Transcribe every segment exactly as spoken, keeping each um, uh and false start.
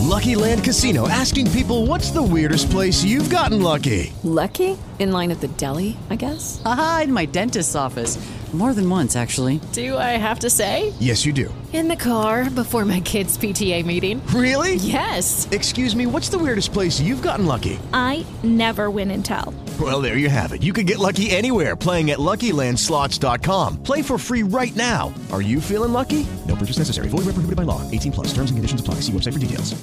Lucky Land Casino, asking people, what's the weirdest place you've gotten lucky? Lucky? In line at the deli, I guess? Aha, in my dentist's office. More than once, actually. Do I have to say? Yes, you do. In the car before my kids' P T A meeting. Really? Yes. Excuse me, what's the weirdest place you've gotten lucky? I never win and tell. Well, there you have it. You can get lucky anywhere, playing at Lucky Land Slots dot com. Play for free right now. Are you feeling lucky? No purchase necessary. Void where prohibited by law. eighteen plus. Terms and conditions apply. See website for details.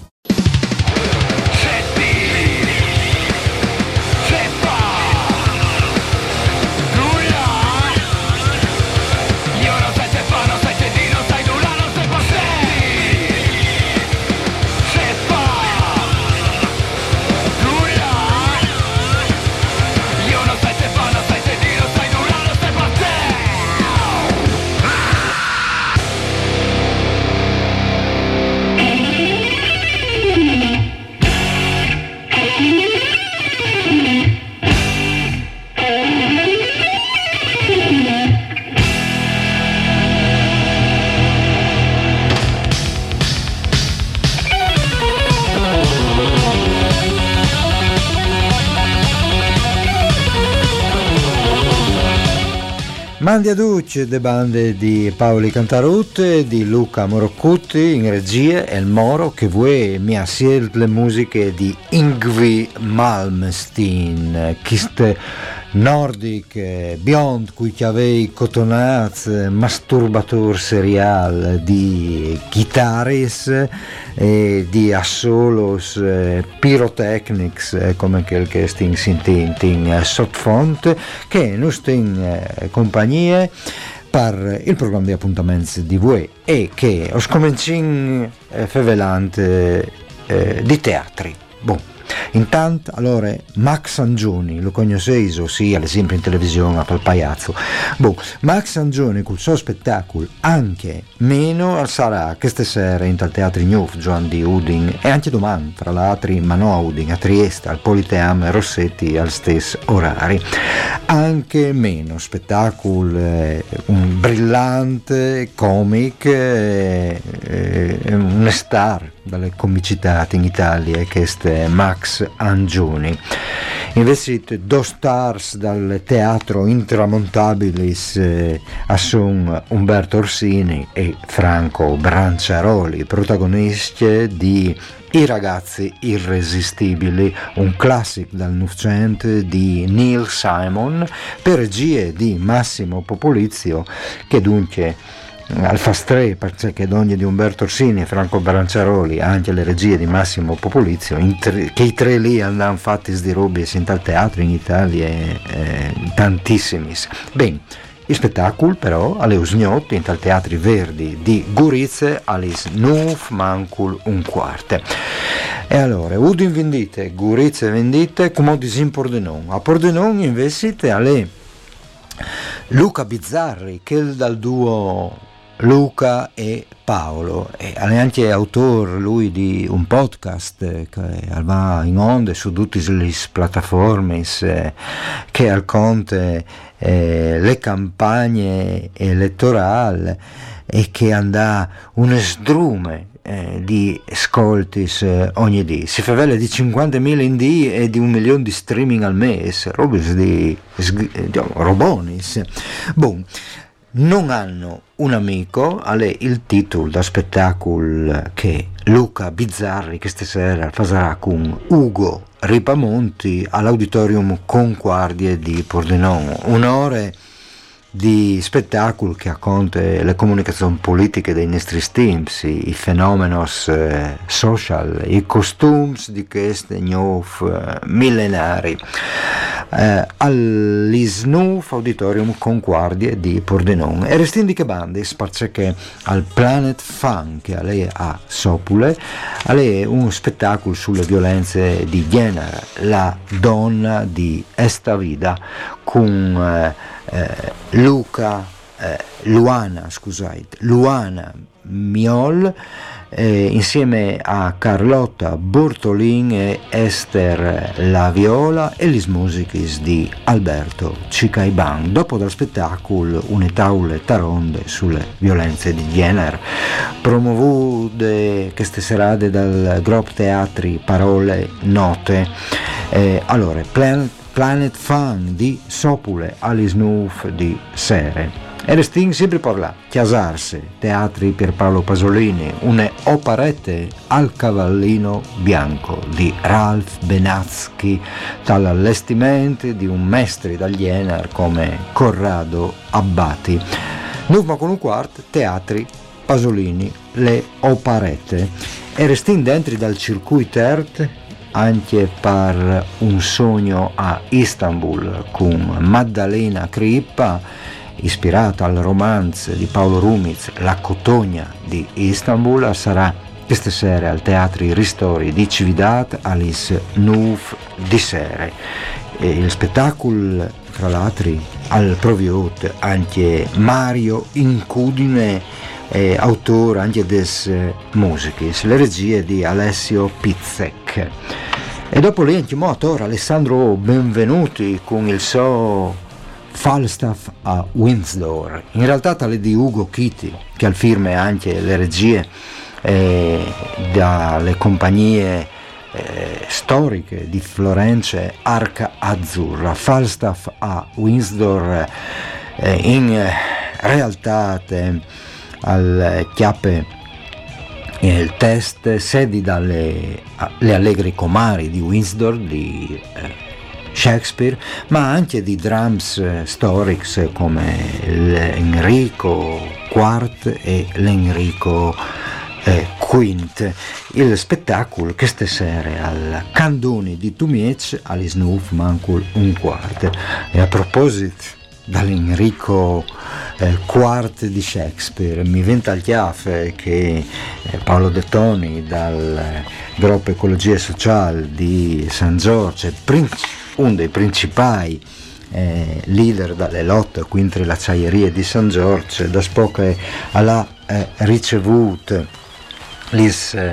Mandi a Duce, de bande di Paoli Cantarut, di Luca Moroccutti in regia, e il Moro che vuoi mi ha scelto le musiche di Yngwie Malmsteen, queste nordic beyond cui chiavei cotonaz, masturbator serial di chitarris e di assolos, eh, pyrotechnics, eh, come quel che sting sintinting eh, sottfont, che non sting eh, compagnie per il programma di appuntamenti di voi, e che ho scominciato eh, fevelante eh, di teatri. Bon. Intanto, allora, Max Angioni, lo conosceis, sì, ad esempio in televisione, per il pagliazzo. Boh, Max Angioni, col suo spettacolo, anche meno, sarà questa sera in tal teatro New Joan di Udin, e anche domani, tra l'altro, ma no a Udin, a Trieste, al Politeama Rossetti, al stesso orari. Anche meno spettacolo, eh, un brillante comic, eh, eh, un star dalle comicità in Italia, che è Max Angioni. Invece due stars dal teatro intramontabilis eh, sono Umberto Orsini e Franco Branciaroli, protagonisti di I ragazzi irresistibili, un classico dal Novecento di Neil Simon, per regie di Massimo Popolizio, che dunque al Fastre, perché d'ogni di Umberto Orsini e Franco Branciaroli, anche le regie di Massimo Popolizio, tre, che i tre lì andavano fatti di robe in tal teatro in Italia, eh, tantissimis. Bene, il spettacolo però alle Usgnotti in tal teatri verdi di Gurizze alis nuf mancul un quarto. E allora, Udin vendite, Gurizze vendite, come disin Pordenon. A Pordenon invece alle Luca Bizzarri, che dal duo Luca e Paolo, e è anche autore lui di un podcast che va in onde su tutte le piattaforme, che racconta eh, le campagne elettorali e che andà un sdrume eh, di ascoltis eh, ogni dì. Si fa vele di cinquantamila in dì e di un milione di streaming al mese, robis di, di robonis. Bon, non hanno un amico, è il titolo da spettacolo che Luca Bizzarri questa sera farà con Ugo Ripamonti all'Auditorium Conguardie di Pordenone. Un'ora di spettacolo che racconta le comunicazioni politiche dei nostri teams, i fenomeni eh, social, i costumi di questi nuovi eh, millenari, eh, all'Isnuf Auditorium Conguardie di Pordenone. E restindi che bande sparce che al Planet Fun, che è a Sopule, è un spettacolo sulle violenze di genere, la donna di esta vida, con eh, Eh, Luca eh, Luana scusate Luana Miol eh, insieme a Carlotta Bortolin e Esther Laviola e gli musichis di Alberto Cicaiban. Dopo dal spettacolo une taule taronde sulle violenze di genere, promovute queste serate dal Grob Teatri Parole Note. Eh, allora, Planet, Planet Fun di Sopule, Alice Noof di Sere. E restin sempre per là, Chiasarse, Teatri Pierpaolo Pasolini, une operette al cavallino bianco di Ralph Benazzi, dall'allestimento di un mestre italiener come Corrado Abbati. Nuvma con un quart, Teatri Pasolini, le operette. E restin dentro dal circuito ert, anche per un sogno a Istanbul con Maddalena Crippa, ispirata al romanzo di Paolo Rumiz, La Cotogna di Istanbul, sarà questa sera al Teatri Ristori di Cividat Alice Noof di Sere. E il spettacolo, tra l'altro, al proviot anche Mario Incudine, eh, autore anche des musiche, le regie di Alessio Pizzek. E dopo lì anche motore Alessandro Benvenuti con il suo Falstaff a Windsor, in realtà tale di Ugo Chiti, che al firme anche le regie eh, dalle compagnie eh, storiche di Florence Arca Azzurra. Falstaff a Windsor eh, in realtà eh, al chiappe eh, il test sedi dalle le Allegri Comari di Windsor di eh, Shakespeare, ma anche di drums storics come l'Enrico quarto e l'Enrico eh, quinto. Il spettacolo che stasera al Candoni di Tumiec Alice Noof mancul un quarto. E a proposito dall'Enrico eh, quarto di Shakespeare, mi venta al chiaffe che eh, Paolo De Toni dal gruppo Ecologia Sociale di San Giorgio, uno dei principali eh, leader dalle lotte contro l'acciaieria di San Giorgio, da poco ha eh, ricevuto le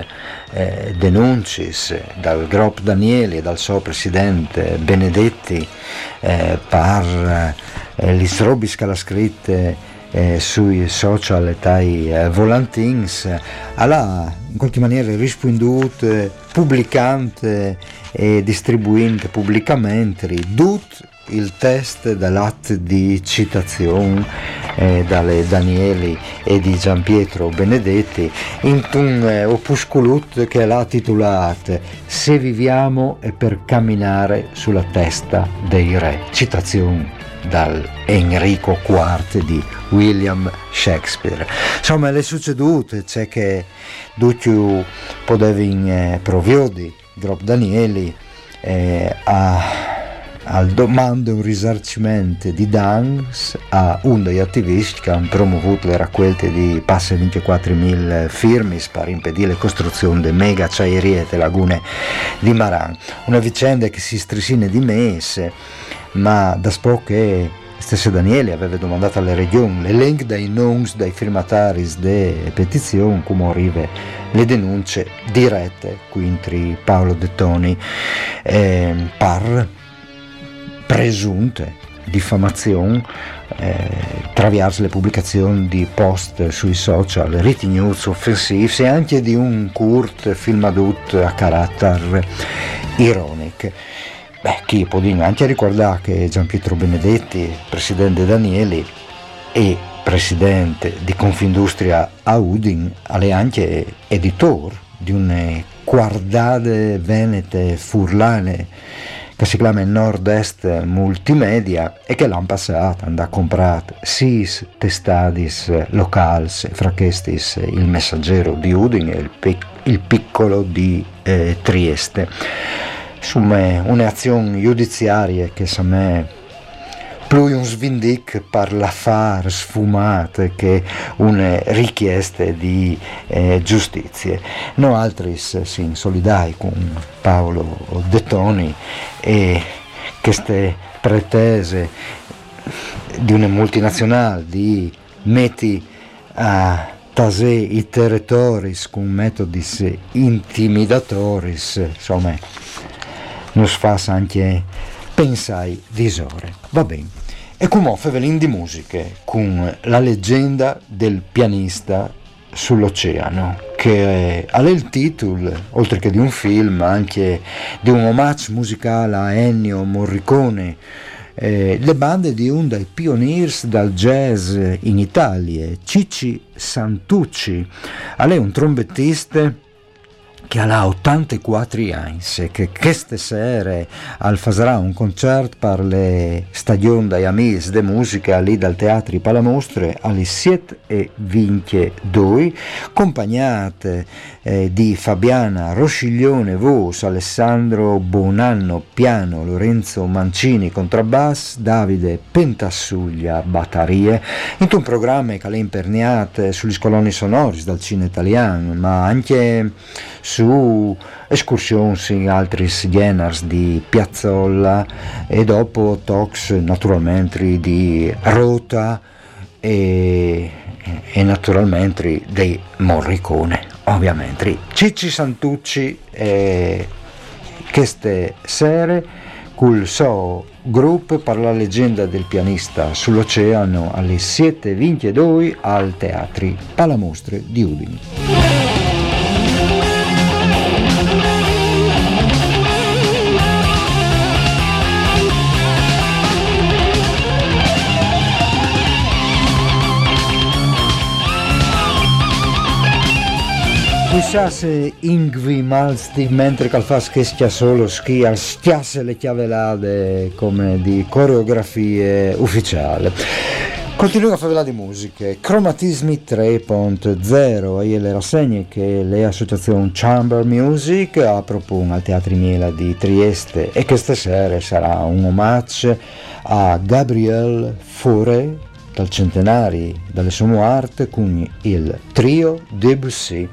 eh, denunce dal gruppo Danieli e dal suo presidente Benedetti eh, per eh, le robe che ha scritte eh, sui social e dai eh, volantins, ha in qualche maniera risponduto pubblicante e distribuendo pubblicamente tutto il test dall'atto di citazione eh, dalle Danieli e di Gianpietro Benedetti in un eh, opusculut che l'ha titolato Se viviamo è per camminare sulla testa dei re, citazione dal Enrico quarto di William Shakespeare. Insomma, le succedute c'è che tutti potevi eh, proviodi Grob Danieli eh, a al domando un risarcimento di danni a uno degli attivisti che hanno promovuto le raccolte di passe ventiquattromila firme per impedire la costruzione delle mega acciaierie delle lagune di Maran. Una vicenda che si strisine di mese, ma da poco che stesso Danieli aveva domandato alle regioni l'elenco dei nomi dei firmatari delle petizioni, come arriva le denunce dirette contro Paolo De Toni eh, per presunte diffamazioni eh, attraverso le pubblicazioni di post sui social ritenuti offensivi e anche di un curt filmadut a carattere ironico. Beh, chi può dire anche ricordare che Gianpietro Benedetti, presidente Danieli e presidente di Confindustria a Udin, è anche editore di une guardate venete furlane che si chiama Nord-Est Multimedia e che l'hanno passato, hanno comprato sis testadis locals, fra questi il Messaggero di Udine e il, pic- il Piccolo di eh, Trieste. Insomma, un'azione giudiziaria che a me più un svindic per l'affare sfumato che una richiesta di eh, giustizia. Noi altri si solidai con Paolo De Toni e queste pretese di una multinazionale di metti a tasè i territoris con metodis intimidatoris, insomma, non fa anche pensai disore. Va bene. E come fevelin di musiche con la leggenda del pianista sull'oceano, che ha il titolo, oltre che di un film, anche di un omaggio musicale a Ennio Morricone, eh, le bande di un dei pioniers del jazz in Italia, Cicci Santucci. È un trombettista che ha ottantaquattro anni e che queste sere al farà un concerto per le stagioni dei amici de musica lì dal Teatro Palamostre alle sette e ventidue, accompagnate eh, di Fabiana Rosciglione voce, Alessandro Bonanno piano, Lorenzo Mancini contrabbasso, Davide Pentassuglia batterie, in un programma che le imperniate sugli colonni sonori dal cinema italiano, ma anche su escursioni in altri generi di Piazzolla e dopo talks naturalmente di Rota e, e naturalmente dei Morricone, ovviamente. Cicci Santucci e queste sere col suo gruppo per la leggenda del pianista sull'oceano alle sette e ventidue al Teatro Palamostre di Udine. Quisciasse Yngwie Malmsteen mentre che fa scheschia solo schi al stiasse le chiavelade come di coreografie ufficiali. Continua a fare di musiche, Cromatismi tre punto zero e le rassegne che le associazioni Chamber Music ha proposto al Teatro Miela di Trieste e che stasera sarà un omaggio a Gabriel Fauré dal centenario dalle sue arte con il trio Debussy.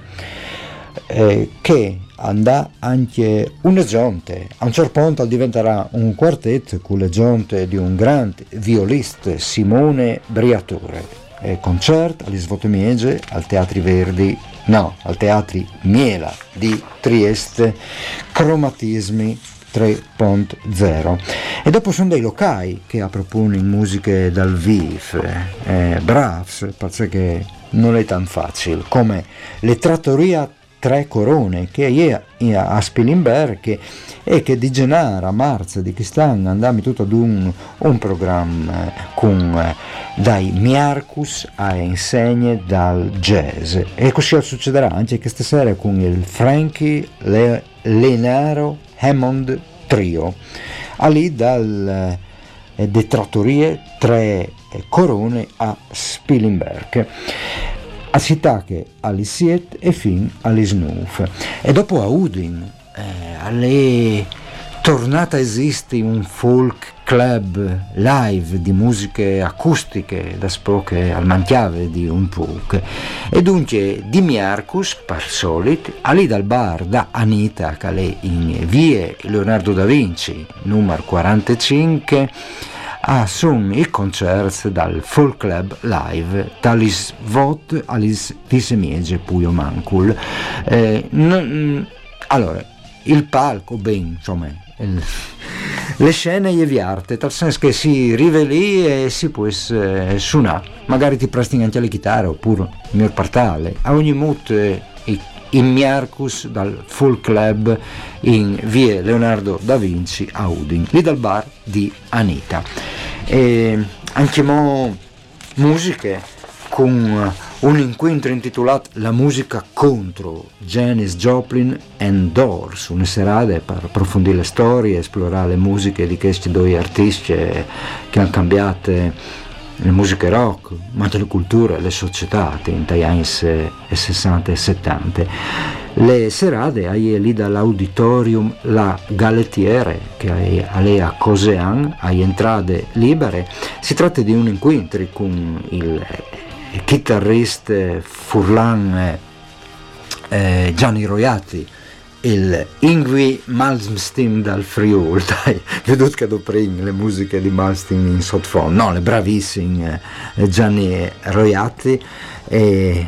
Eh, che andrà anche una giunte, a un certo punto diventerà un quartetto con le giunte di un grande violista Simone Briatore, e concerto agli Svotomiege al Teatri Verdi, no, al Teatri Miela di Trieste, Cromatismi tre punto zero. E dopo sono dei locali che propongono musiche dal vivo, eh, bravs, perché non è tan facile, come le Trattoria Tre Corone che è a Spilimberg e che di gennaio a marzo di quest'anno andiamo tutto ad un, un programma con eh, dai Miarcus a insegne dal jazz, e così succederà anche questa sera con il Frankie Le- Lenaro Hammond Trio a lì dal eh, de Trattorie Tre Corone a Spilimberg, a città che alle sette e fin alle nove. E dopo a Udine eh, alle tornata esiste un folk club live di musiche acustiche da spoche al manchiave di un puk, e dunque di Miarcus per solito lì dal bar da Anita che è in vie Leonardo da Vinci numero quarantacinque a sono i concerti dal Folk Club Live, talis vot alis visemiege puio mancul. Eh, n- allora, il palco, ben, insomma, il, le scene e viarte, tal senso che si rive lì e si può eh, suonare, magari ti presti anche le chitarre, oppure il mio partale, a ogni mut eh, in Miarcus dal Folk Club in via Leonardo da Vinci a Udine, lì dal bar di Anita. E anche mo musiche con un incontro intitolato La musica contro Janis Joplin and Doors, una serata per approfondire le storie, esplorare le musiche di questi due artisti che hanno cambiato le musiche rock, ma anche le culture, le società in gli anni sessanta e settanta. Le serate hai lì dall'auditorium La Galetiere, che è a Cosean, hai entrate libere. Si tratta di un incontro con il chitarrista Furlan eh, Gianni Roiati, il Yngwie Malmsteen dal Friuli, dai, vedete che dopo le musiche di Malmsteen in sottofondo, no, le bravissime eh, Gianni Roiati, e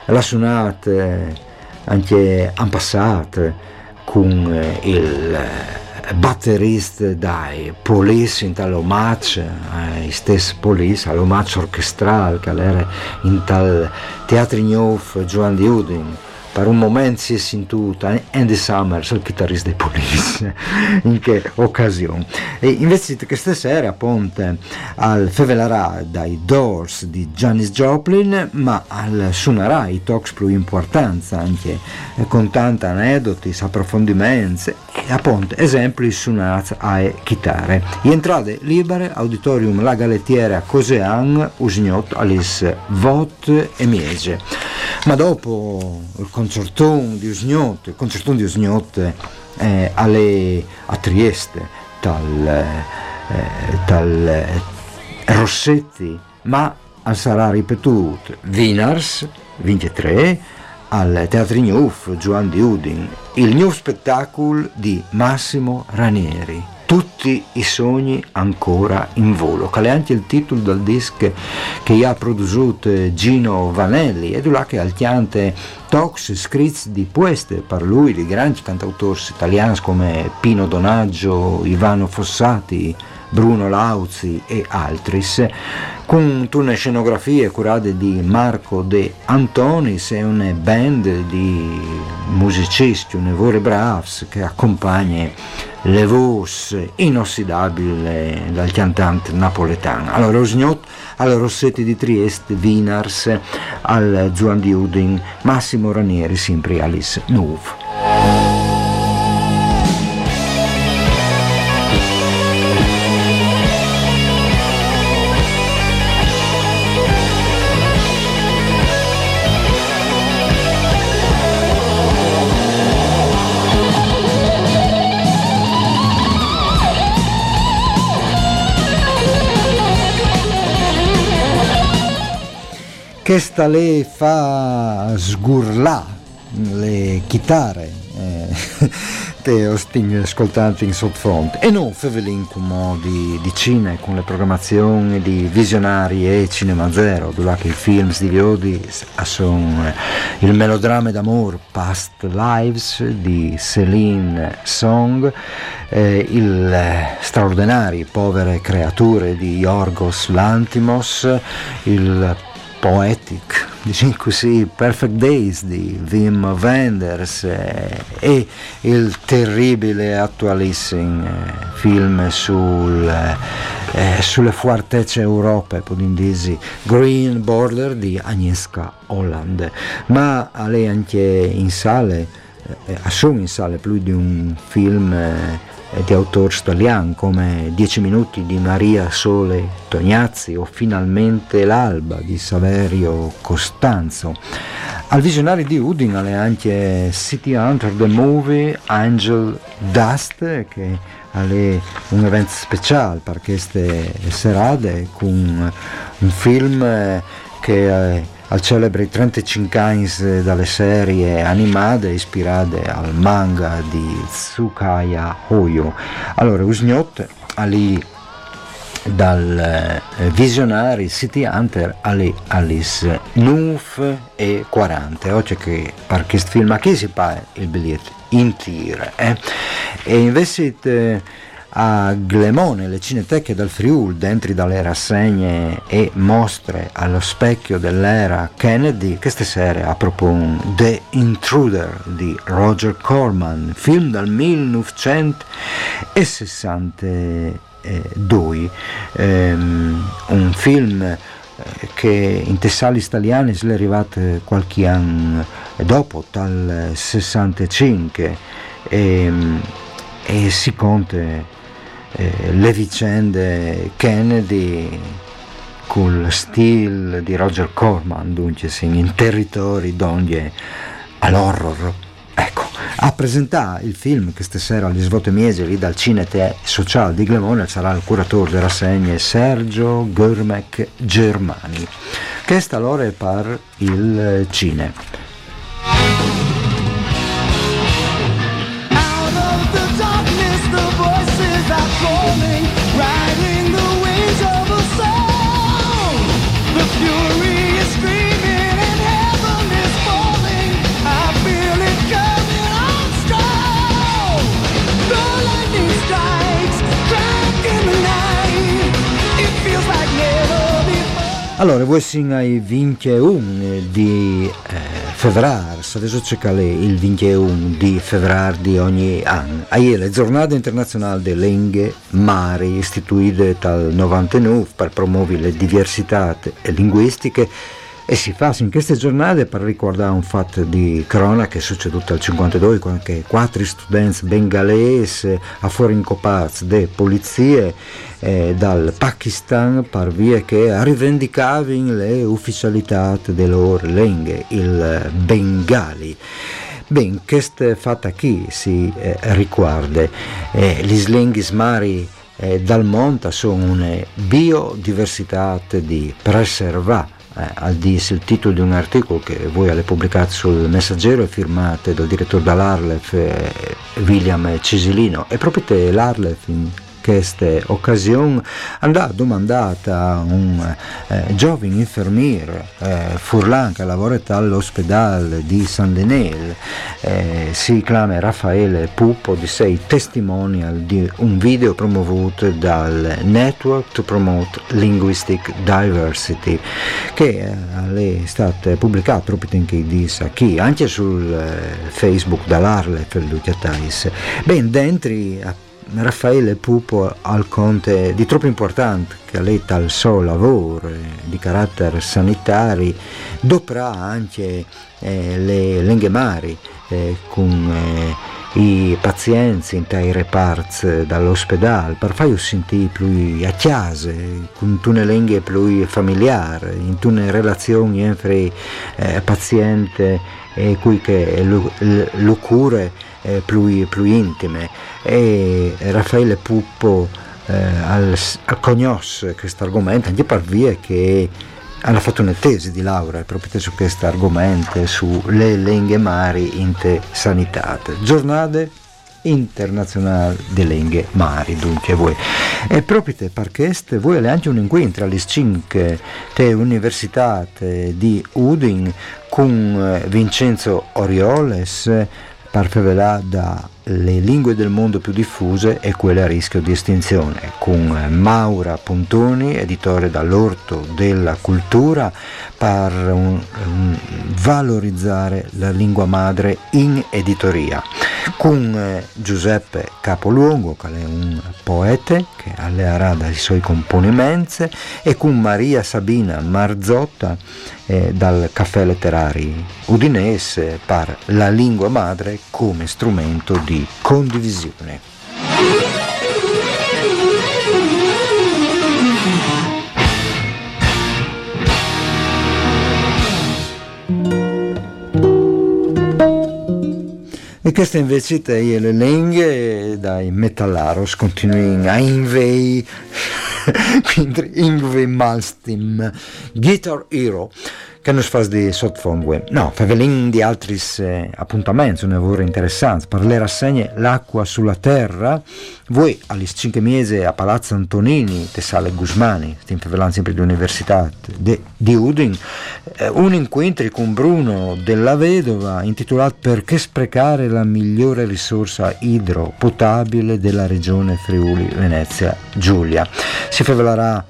l'ha suonato anche in passato con il batterista dai Police in tal omaggio ai stessi Police, all'omaggio orchestrale che era in tal Teatro Nuovo Joan di Udin. Per un momento si è sentito Andy Summers, il chitarrista dei Police, in che occasione. E invece questa sera appunto al fevelerà dai Doors di Janis Joplin, ma al suonerà i talks più importanti anche con tanti aneddoti, approfondimenti e appunto esempi suonati a chitarre. In entrate libere, Auditorium La Galettiera a Cosean, Usgnot, Alice Vot e Miege. Ma dopo il concertone di Usgnot, il concertone di Usgnot eh, alle, a Trieste, tal, eh, tal eh, Rossetti, ma sarà ripetuto Wieners, ventitré, al Teatro Nuovo Joan di Udin, il nuovo spettacolo di Massimo Ranieri. Tutti i sogni ancora in volo, che è anche il titolo del disco che ha prodotto Gino Vanelli, e là che al chiante talks scritti di queste per lui di grandi cantautori italiani come Pino Donaggio, Ivano Fossati, Bruno Lauzi e altri, con una scenografie curate di Marco De Antonis e una band di musicisti, una vere bravs che accompagna le voci inossidabili dal cantante napoletano. Allora Usgnot, al Rossetti di Trieste, Wieners, al Joan di Udin, Massimo Ranieri, sempre Alice Nuovo. Che sta lì fa sgurlà le chitarre eh, te ostigni ascoltanti in sottofondo e non fevelin come di, di cine con le programmazioni di Visionari e Cinema Zero, dove che i film di Viodi sono il melodramma d'amore Past Lives di Céline Song, eh, il eh, straordinari Povere creature di Yorgos Lanthimos, il Poetic, diciamo così, Perfect Days di Wim Wenders eh, e il terribile attualissimo eh, film sul, eh, sulle fortezze Europe, podindisi Green Border di Agnieszka Holland. Ma a lei anche in sale, eh, assume in sale più di un film eh, di autori italiani come Dieci minuti di Maria Sole Tognazzi o Finalmente l'alba di Saverio Costanzo. Al Visionari di Udin è anche City Hunter the Movie, Angel Dust, che è un evento speciale per queste serate con un film che è al celebre trentacinque anni dalle serie animate ispirate al manga di Tsukaya Hoyo. Allora Usgnot lì dal eh, Visionari City Hunter alle Alice nove e quaranta, oggi che per questo film a chi si paga il biglietto in tir eh? E invece eh, a Glemone, le cineteche del Friul, dentro dalle rassegne e mostre allo specchio dell'era Kennedy, queste sere a propone The Intruder di Roger Corman, film del millenovecentosessantadue, ehm, un film che in tessali italiani è arrivato qualche anno dopo, dal sessantacinque, e, e si conta Eh, le vicende Kennedy col stile di Roger Corman, dunque in territori donde all'horror. Ecco, a presentare il film che stasera alle svote miese lì dal Cinete Social di Glemone sarà il curatore delle rassegne Sergio Görmek Germani, che sta allora per il cine. Riding the wings of a song, the fury is screaming and heaven is Allora, voi siamo ai ventuno di eh, febbraio, adesso c'è il ventuno di febbraio di ogni anno. È la giornata internazionale delle lingue mari, istituita dal novantanove per promuovere le diversità linguistiche, e si fa in queste giornate per ricordare un fatto di cronaca che è succeduto al cinquantadue, quando quattro studenti bengalesi a fuori incopati delle polizie eh, dal Pakistan per via che rivendicavano le ufficialità delle loro lingue, il bengali. Ben, questo fatto qui si eh, riguarda eh, le lingue mari eh, dal mondo sono una biodiversità di preservare. Eh, al dis il titolo di un articolo che voi avete pubblicato sul Messaggero, firmato dal direttore dell'Arlef eh, William Cisilino, e proprio l'Arlef in questa occasione andò domandata a un eh, giovane infermiere eh, furlan che lavora all'ospedale di San Denel, eh, si chiama Raffaele Pupo, di sei testimonial di un video promovuto dal Network to Promote Linguistic Diversity, che eh, è stato pubblicato proprio in che disse qui anche sul eh, Facebook dall'Arlef Luciatais. Ben, dentro Raffaele Pupo al conte di troppo importante che lei tal suo lavoro di carattere sanitario doprà anche eh, le lingue mari eh, con eh, i pazienti in tai reparti dall'ospedale per farli sentire più a casa, con una lingue più familiare, in una relazione entre eh, paziente e cui che lo, lo cure eh, più, più intime. E Raffaele Pupo eh, al, al conosce questo argomento anche per via che hanno fatto una tesi di laurea proprio su questo argomento, sulle lingue mari in te sanitate. Giornate internazionale delle lingue mari, dunque voi. E proprio per questo voi avete anche un incontro alle cinque te università di Udin con Vincenzo Orioles per favelare dalle lingue del mondo più diffuse e quelle a rischio di estinzione, con Maura Pontoni, editore dall'Orto della Cultura, per un, un, valorizzare la lingua madre in editoria, con eh, Giuseppe Capoluogo, che è un poeta che allearà dai suoi componimenti, e con Maria Sabina Marzotta eh, dal Caffè Letterari Udinese per la lingua madre come strumento di condivisione. E queste invece è le lingue dai Metallaros continuano a invei quindi Ingve Malmsteen Guitar Hero che non si fa di sottofondo. No, favelin di altri eh, appuntamenti, un lavoro interessante per le rassegne L'acqua sulla terra. Voi alle cinque mesi a Palazzo Antonini te Sale Gusmani, stiamo favelando sempre di università de, di Udin, eh, un incontro con Bruno della Vedova intitolato Perché sprecare la migliore risorsa idropotabile della regione Friuli Venezia Giulia. Si favelerà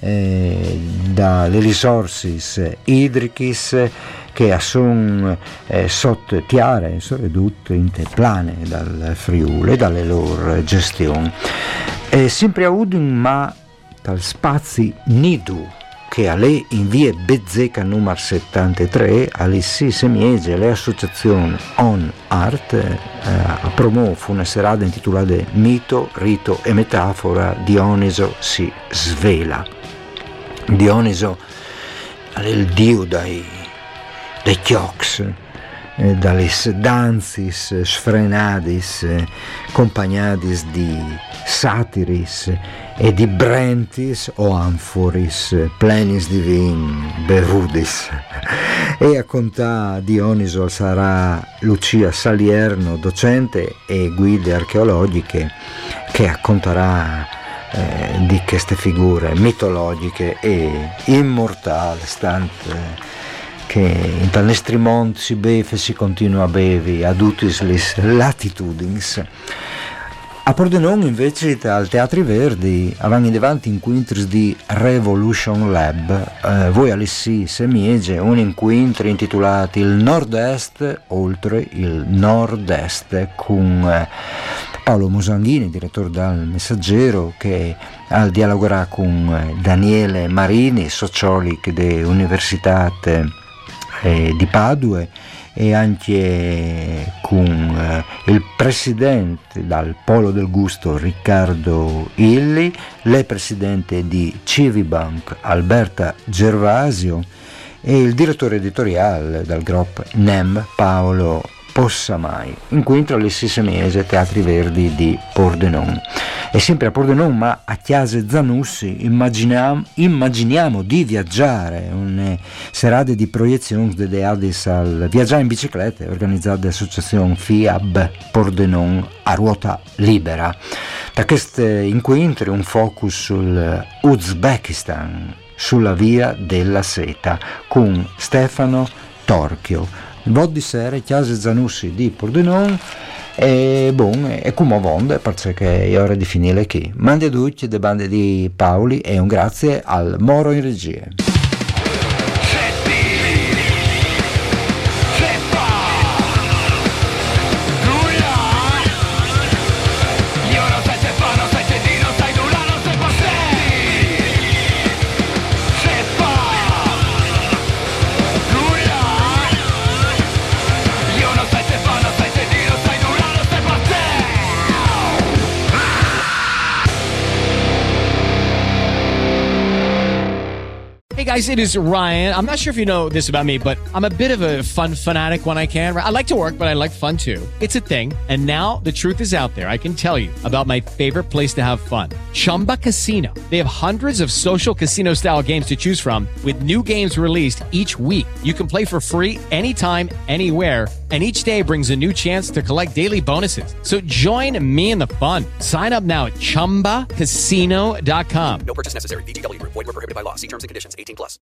Eh, dalle risorse idriche che sono eh, sotto tiare, sono ridotte in te plane dal Friuli, dalle loro gestioni. Eh, sempre a Udin, ma dal spazi Nidu, che a lei in via Bezzeca numero settantatré, alle sì semiege le associazioni On Art eh, promuove una serata intitolata Mito, Rito e Metafora. Dioniso si svela. Dioniso è il dio dai, dai chiocs, eh, dalle danzis sfrenadis, eh, accompagnadis di satiris e di brentis o anforis, plenis di vin berudis. E a contà Dioniso sarà Lucia Salierno, docente e guide archeologiche, che racconterà Eh, di queste figure mitologiche e immortali, stante che in tal Strimont si beve e si continua a bevi ad utis lis latitudins. A Pordenone invece al Teatri Verdi avevano davanti incontri di Revolution Lab, eh, voi all'Issi Semiege, un incontro intitolato Il Nord-Est oltre il Nord-Est con eh, Paolo Mosanghini, direttore del Messaggero, che al dialogherà con eh, Daniele Marini, sociologo dell'Università eh, di Padua, e anche con eh, il presidente dal Polo del Gusto Riccardo Illi, le presidente di Civibank Alberta Gervasio e il direttore editoriale dal gruppo N E M Paolo Possamai. Incontro alle stesse mese Teatri Verdi di Pordenone. E sempre a Pordenone, ma a Chiase Zanussi, immaginiamo, immaginiamo di viaggiare, una serata di proiezione dedicata al viaggiare in bicicletta organizzata dall'associazione F I A B Pordenone a ruota libera. Da questi incontri un focus sul Uzbekistan, sulla via della seta, con Stefano Torchio. Il vot di sera Chiase Zanussi di Pordenone e bon, e come vonde perché è ora di finire qui. Mandi a tutti le bande di Paoli e un grazie al Moro in regia. Hey guys, it is Ryan. I'm not sure if you know this about me, but I'm a bit of a fun fanatic when I can. I like to work, but I like fun too. It's a thing. And now the truth is out there. I can tell you about my favorite place to have fun. Chumba Casino. They have hundreds of social casino style games to choose from with new games released each week. You can play for free anytime, anywhere. And each day brings a new chance to collect daily bonuses. So join me in the fun. Sign up now at chumba casino dot com. No purchase necessary. V G W Group. Void where prohibited by law. See terms and conditions. eighteen plus.